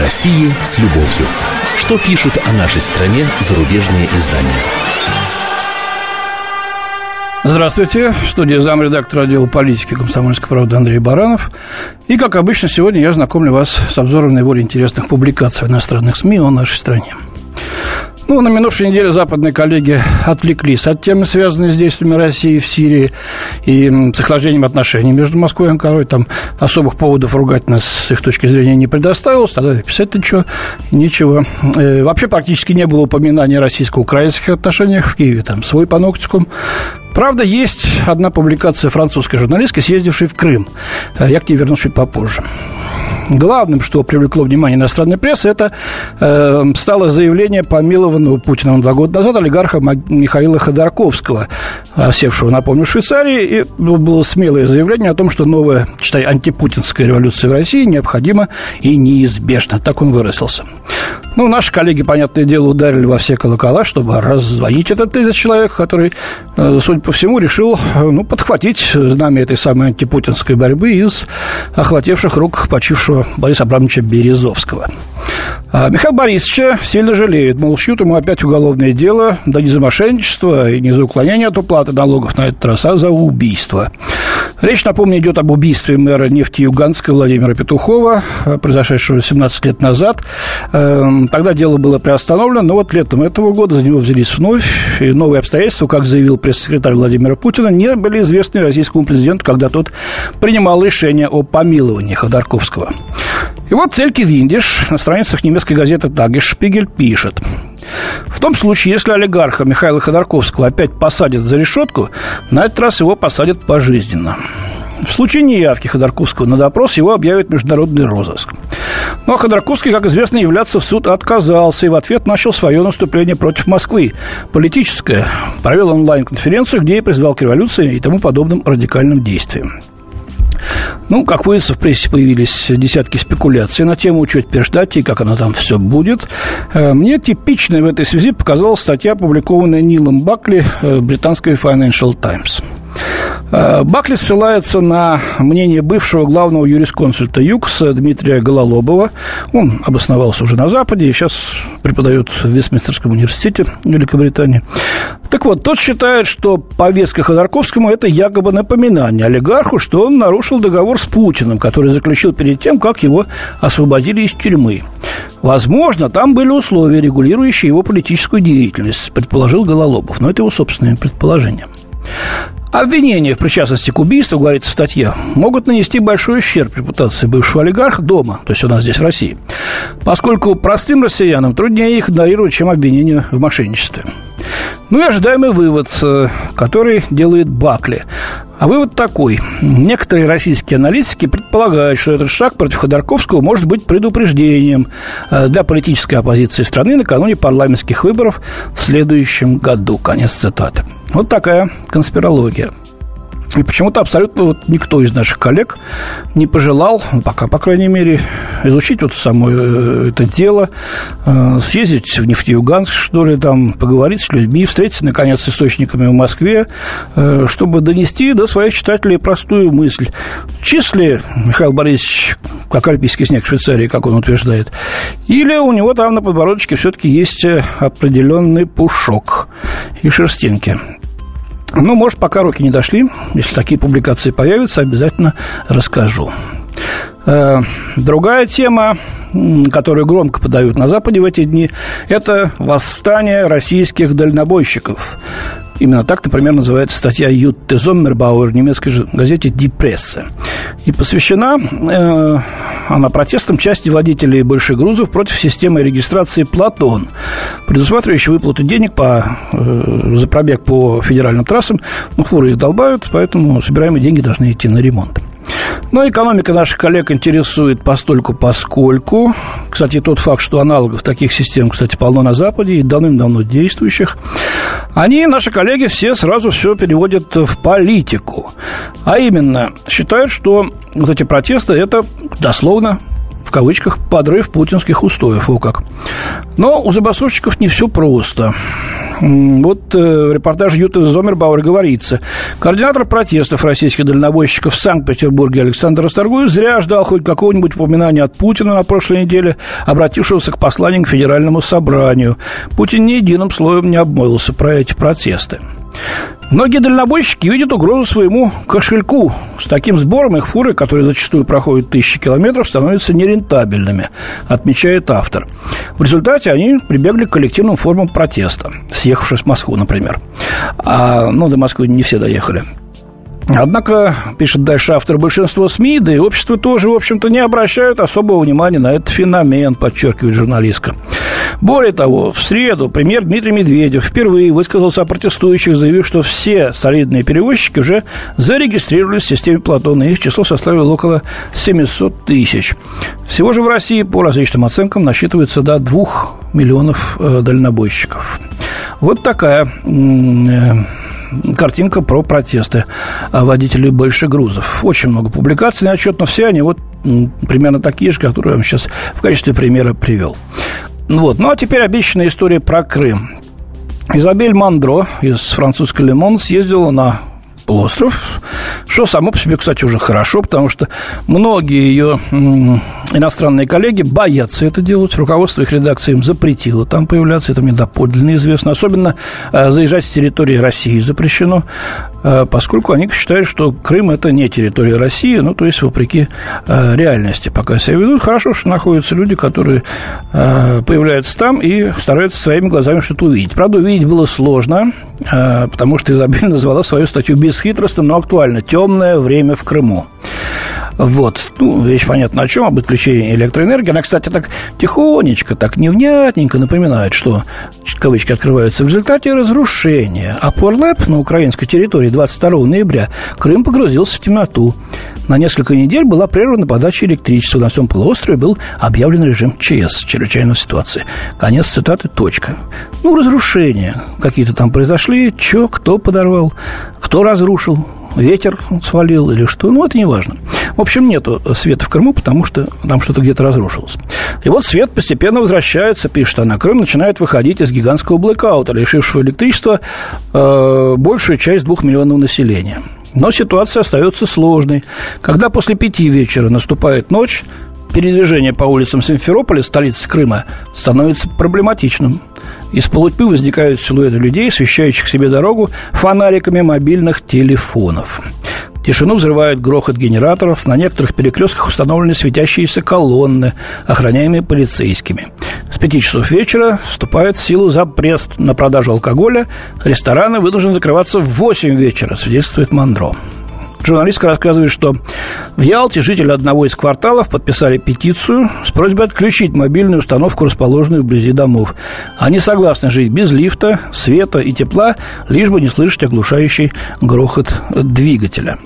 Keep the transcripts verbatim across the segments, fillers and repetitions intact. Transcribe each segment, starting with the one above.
России с любовью. Что пишут о нашей стране зарубежные издания? Здравствуйте. В студии замредактора отдела политики «Комсомольской правды» Андрей Баранов. И, как обычно, сегодня я знакомлю вас с обзором наиболее интересных публикаций в иностранных СМИ о нашей стране. Ну, на минувшей неделе западные коллеги отвлеклись от темы, связанной с действиями России в Сирии и с охлаждением отношений между Москвой и Анкарой. Там особых поводов ругать нас с их точки зрения не предоставилось. Тогда писать-то что? Ничего. Э, вообще практически не было упоминания о российско-украинских отношениях в Киеве. Там свой паноктикум. Правда, есть одна публикация французской журналистки, съездившей в Крым. Я к ней вернусь чуть попозже. Главным, что привлекло внимание иностранной прессы, это э, стало заявление помилованного Путиным два года назад олигарха Михаила Ходорковского, осевшего, напомню, в Швейцарии. И было смелое заявление о том, что новая, читай, антипутинская революция в России необходима и неизбежна. Так он выразился. Ну, наши коллеги, понятное дело, ударили во все колокола, чтобы раззвонить этот тезис человека, который, судя по всему, решил, ну, подхватить знамя этой самой антипутинской борьбы из охвативших рук почившего Бориса Абрамовича Березовского. А Михаил Борисович сильно жалеет, мол, шьют ему опять уголовное дело, да не за мошенничество и не за уклонение от уплаты налогов на этот раз, а за убийство. Речь, напомню, идет об убийстве мэра Нефтеюганска Владимира Петухова, произошедшего семнадцать лет назад. Тогда дело было приостановлено, но вот летом этого года за него взялись вновь, и новые обстоятельства, как заявил пресс-секретарь Владимира Путина, не были известны российскому президенту, когда тот принимал решение о помиловании Ходорковского. И вот Эльке Виндиш на страницах немецкой газеты «Тагесшпигель» пишет: в том случае, если олигарха Михаила Ходорковского опять посадят за решетку, на этот раз его посадят пожизненно. В случае неявки Ходорковского на допрос его объявят международный розыск. Ну, а Ходорковский, как известно, являться в суд отказался и в ответ начал свое наступление против Москвы. Политическое. Провел онлайн-конференцию, где и призвал к революции и тому подобным радикальным действиям. Ну, как выяснится, в прессе появились десятки спекуляций на тему, что теперь ждать и как оно там все будет. Мне типичной в этой связи показалась статья, опубликованная Нилом Бакли в британской Financial Times. Бакли ссылается на мнение бывшего главного юрисконсульта ЮКС Дмитрия Гололобова. Он обосновался уже на Западе и сейчас преподает в Вестминстерском университете Великобритании. Так вот, тот считает, что повестка Ходорковскому – это якобы напоминание олигарху, что он нарушил договор с Путиным, который заключил перед тем, как его освободили из тюрьмы. Возможно, там были условия, регулирующие его политическую деятельность, предположил Гололобов. Но это его собственное предположение. Обвинения в причастности к убийству, говорится в статье, могут нанести большой ущерб репутации бывшего олигарха дома, то есть у нас здесь в России, поскольку простым россиянам труднее их игнорировать, чем обвинения в мошенничестве. Ну и ожидаемый вывод, который делает Бакли. А вывод такой. Некоторые российские аналитики предполагают, что этот шаг против Ходорковского может быть предупреждением для политической оппозиции страны накануне парламентских выборов в следующем году. Конец цитаты. Вот такая конспирология. И почему-то абсолютно вот никто из наших коллег не пожелал, пока, по крайней мере, изучить вот само это дело, э, съездить в Нефтеюганск, что ли, там, поговорить с людьми, встретиться, наконец, с источниками в Москве, э, чтобы донести до своих читателей простую мысль. Чист ли Михаил Борисович, как альпийский снег в Швейцарии, как он утверждает, или у него там на подбородочке все-таки есть определенный пушок и шерстинки. Ну, может, пока руки не дошли. Если такие публикации появятся, обязательно расскажу. Другая тема, которую громко подают на Западе в эти дни, это восстание российских дальнобойщиков. Именно так, например, называется статья Ютте Зоммербауэр в немецкой же газете Die Presse. И посвящена э, она протестам части водителей больших грузов против системы регистрации «Платон», предусматривающей выплату денег по, э, за пробег по федеральным трассам. Ну, фуры их долбают, поэтому собираемые деньги должны идти на ремонт. Но экономика наших коллег интересует постольку-поскольку. Кстати, тот факт, что аналогов таких систем, кстати, полно на Западе и давным-давно действующих, они, наши коллеги, все сразу все переводят в политику. А именно, считают, что вот эти протесты – это дословно, в кавычках, подрыв путинских устоев. О как. Но у забастовщиков не все просто. Вот э, в репортаже Юты Зомербауэр говорится: координатор протестов российских дальнобойщиков в Санкт-Петербурге Александр Расторгуев зря ждал хоть какого-нибудь упоминания от Путина на прошлой неделе, обратившегося к посланию к Федеральному собранию. Путин ни единым словом не обмолвился про эти протесты. Многие дальнобойщики видят угрозу своему кошельку. С таким сбором их фуры, которые зачастую проходят тысячи километров, становятся нерентабельными, отмечает автор. В результате они прибегли к коллективным формам протеста, съехавшись в Москву, например. А, ну, до Москвы не все доехали. Однако, пишет дальше автор, большинство СМИ, да и общество тоже, в общем-то, не обращают особого внимания на этот феномен, подчеркивает журналистка. Более того, в среду премьер Дмитрий Медведев впервые высказался о протестующих, заявив, что все солидные перевозчики уже зарегистрировались в системе Платона, и их число составило около семьсот тысяч. Всего же в России, по различным оценкам, насчитывается до двух миллионов э, дальнобойщиков. Вот такая... Э, картинка про протесты водителей большегрузов. Очень много публикаций на отчет, но все они вот примерно такие же, которые я вам сейчас в качестве примера привел. Вот. Ну, а теперь обещанная история про Крым. Изабель Мандро из французской «Le Monde» съездила на полуостров, что само по себе, кстати, уже хорошо, потому что многие ее м- иностранные коллеги боятся это делать. Руководство их редакции им запретило там появляться, это мне доподлинно известно. Особенно э, заезжать с территории России запрещено, э, поскольку они считают, что Крым – это не территория России, ну, то есть вопреки э, реальности пока себя ведут. Хорошо, что находятся люди, которые э, появляются там и стараются своими глазами что-то увидеть. Правда, увидеть было сложно, э, потому что Изабель назвала свою статью бесхитростно, но актуально. «Темное время в Крыму». Вот. Ну, речь понятно о чем, об отключении электроэнергии. Она, кстати, так тихонечко, так невнятненько напоминает, что, кавычки открываются, в результате разрушения Апорлеп на украинской территории двадцать второго ноября Крым погрузился в темноту. На несколько недель была прервана подача электричества. На всем полуострове был объявлен режим ЧС, чрезвычайной ситуации. Конец цитаты, точка. Ну, разрушения какие-то там произошли. Че, кто подорвал, кто разрушил, ветер свалил или что, ну, это не важно. В общем, нету света в Крыму, потому что там что-то где-то разрушилось. И вот свет постепенно возвращается, пишет она. Крым начинает выходить из гигантского блэкаута, лишившего электричества э, большую часть двухмиллионного населения. Но ситуация остается сложной. Когда после пяти вечера наступает ночь, передвижение по улицам Симферополя, столицы Крыма, становится проблематичным. Из полутьмы возникают силуэты людей, освещающих себе дорогу фонариками мобильных телефонов. Тишину взрывает грохот генераторов. На некоторых перекрестках установлены светящиеся колонны, охраняемые полицейскими. С пяти часов вечера вступает в силу запрет на продажу алкоголя. Рестораны вынуждены закрываться в восемь вечера, свидетельствует Мандро. Журналистка рассказывает, что в Ялте жители одного из кварталов подписали петицию с просьбой отключить мобильную установку, расположенную вблизи домов. Они согласны жить без лифта, света и тепла, лишь бы не слышать оглушающий грохот двигателя.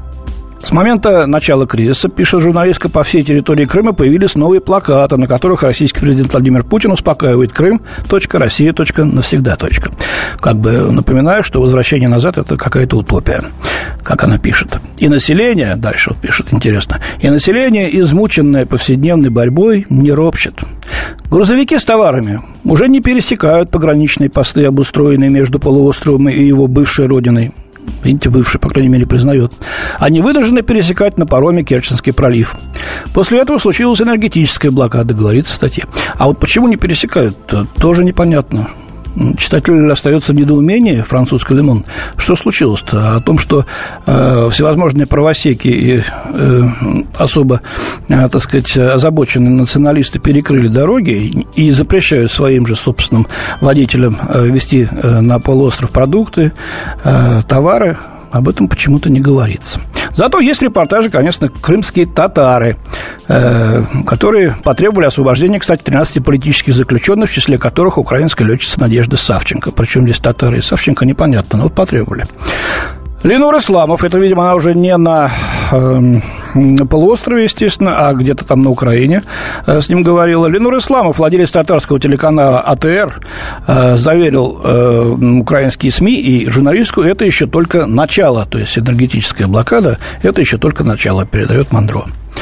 С момента начала кризиса, пишет журналистка, по всей территории Крыма появились новые плакаты, на которых российский президент Владимир Путин успокаивает: Крым, точка, Россия, точка, навсегда, точка. Как бы напоминаю, что возвращение назад – это какая-то утопия, как она пишет. И население, дальше вот пишет, интересно, и население, измученное повседневной борьбой, не ропщет. Грузовики с товарами уже не пересекают пограничные посты, обустроенные между полуостровом и его бывшей родиной. Видите, бывший, по крайней мере, признает. Они вынуждены пересекать на пароме Керченский пролив. После этого случилась энергетическая блокада, говорится в статье. А вот почему не пересекают, тоже непонятно. Читатель остается в недоумении, французской «Le Monde». Что случилось-то? О том, что э, всевозможные правосеки и э, особо, э, так сказать, озабоченные националисты перекрыли дороги и запрещают своим же собственным водителям э, везти э, на полуостров продукты, э, товары. Об этом почему-то не говорится. Зато есть репортажи, конечно, крымские татары, э, которые потребовали освобождения, кстати, тринадцати политических заключенных, в числе которых украинская летчица Надежда Савченко. Причем здесь татары и Савченко, непонятно, но вот потребовали. Ленур Исламов, это, видимо, она уже не на, э, на полуострове, естественно, а где-то там на Украине э, с ним говорила. Ленур Исламов, владелец татарского телеканала АТР, э, заверил э, украинские СМИ и журналистку, это еще только начало, то есть энергетическая блокада, это еще только начало, передает Мандро.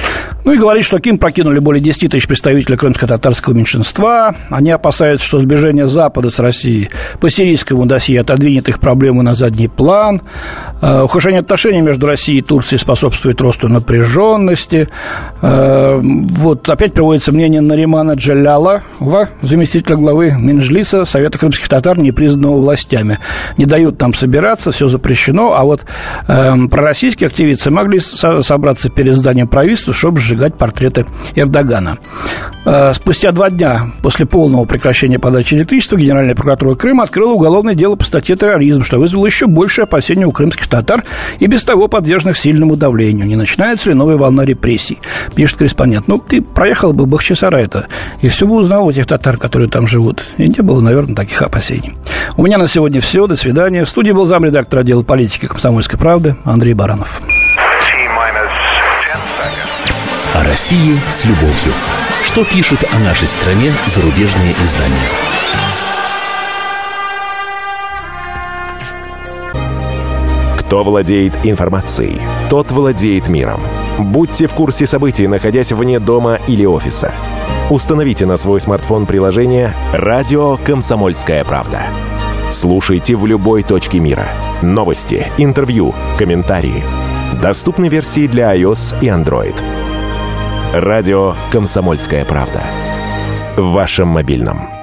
Ну и говорит, что Крым прокинули более десять тысяч представителей крымско-татарского меньшинства. Они опасаются, что сближение Запада с Россией по сирийскому досье отодвинет их проблемы на задний план. Ухудшение отношений между Россией и Турцией способствует росту напряженности. Вот опять приводится мнение Наримана Джалялова, заместителя главы Минжлиса Совета крымских татар, непризнанного властями. Не дают там собираться, все запрещено. А вот э, пророссийские активисты могли со- собраться перед зданием правительства, чтобы сжигать портреты Эрдогана. Э, спустя два дня после полного прекращения подачи электричества Генеральная прокуратура Крыма открыла уголовное дело по статье «Терроризм», что вызвало еще большее опасение у крымских татар и без того подверженных сильному давлению. Не начинается ли новая волна репрессий? Пишет корреспондент. Ну, ты проехал бы в Бахчисарай-то и все бы узнал у тех татар, которые там живут. И не было, наверное, таких опасений. У меня на сегодня все. До свидания. В студии был замредактор отдела политики «Комсомольской правды» Андрей Баранов. О России с любовью. Что пишут о нашей стране зарубежные издания? Кто владеет информацией, тот владеет миром. Будьте в курсе событий, находясь вне дома или офиса. Установите на свой смартфон приложение «Радио Комсомольская правда». Слушайте в любой точке мира. Новости, интервью, комментарии. Доступны версии для iOS и Android. Радио «Комсомольская правда». В вашем мобильном.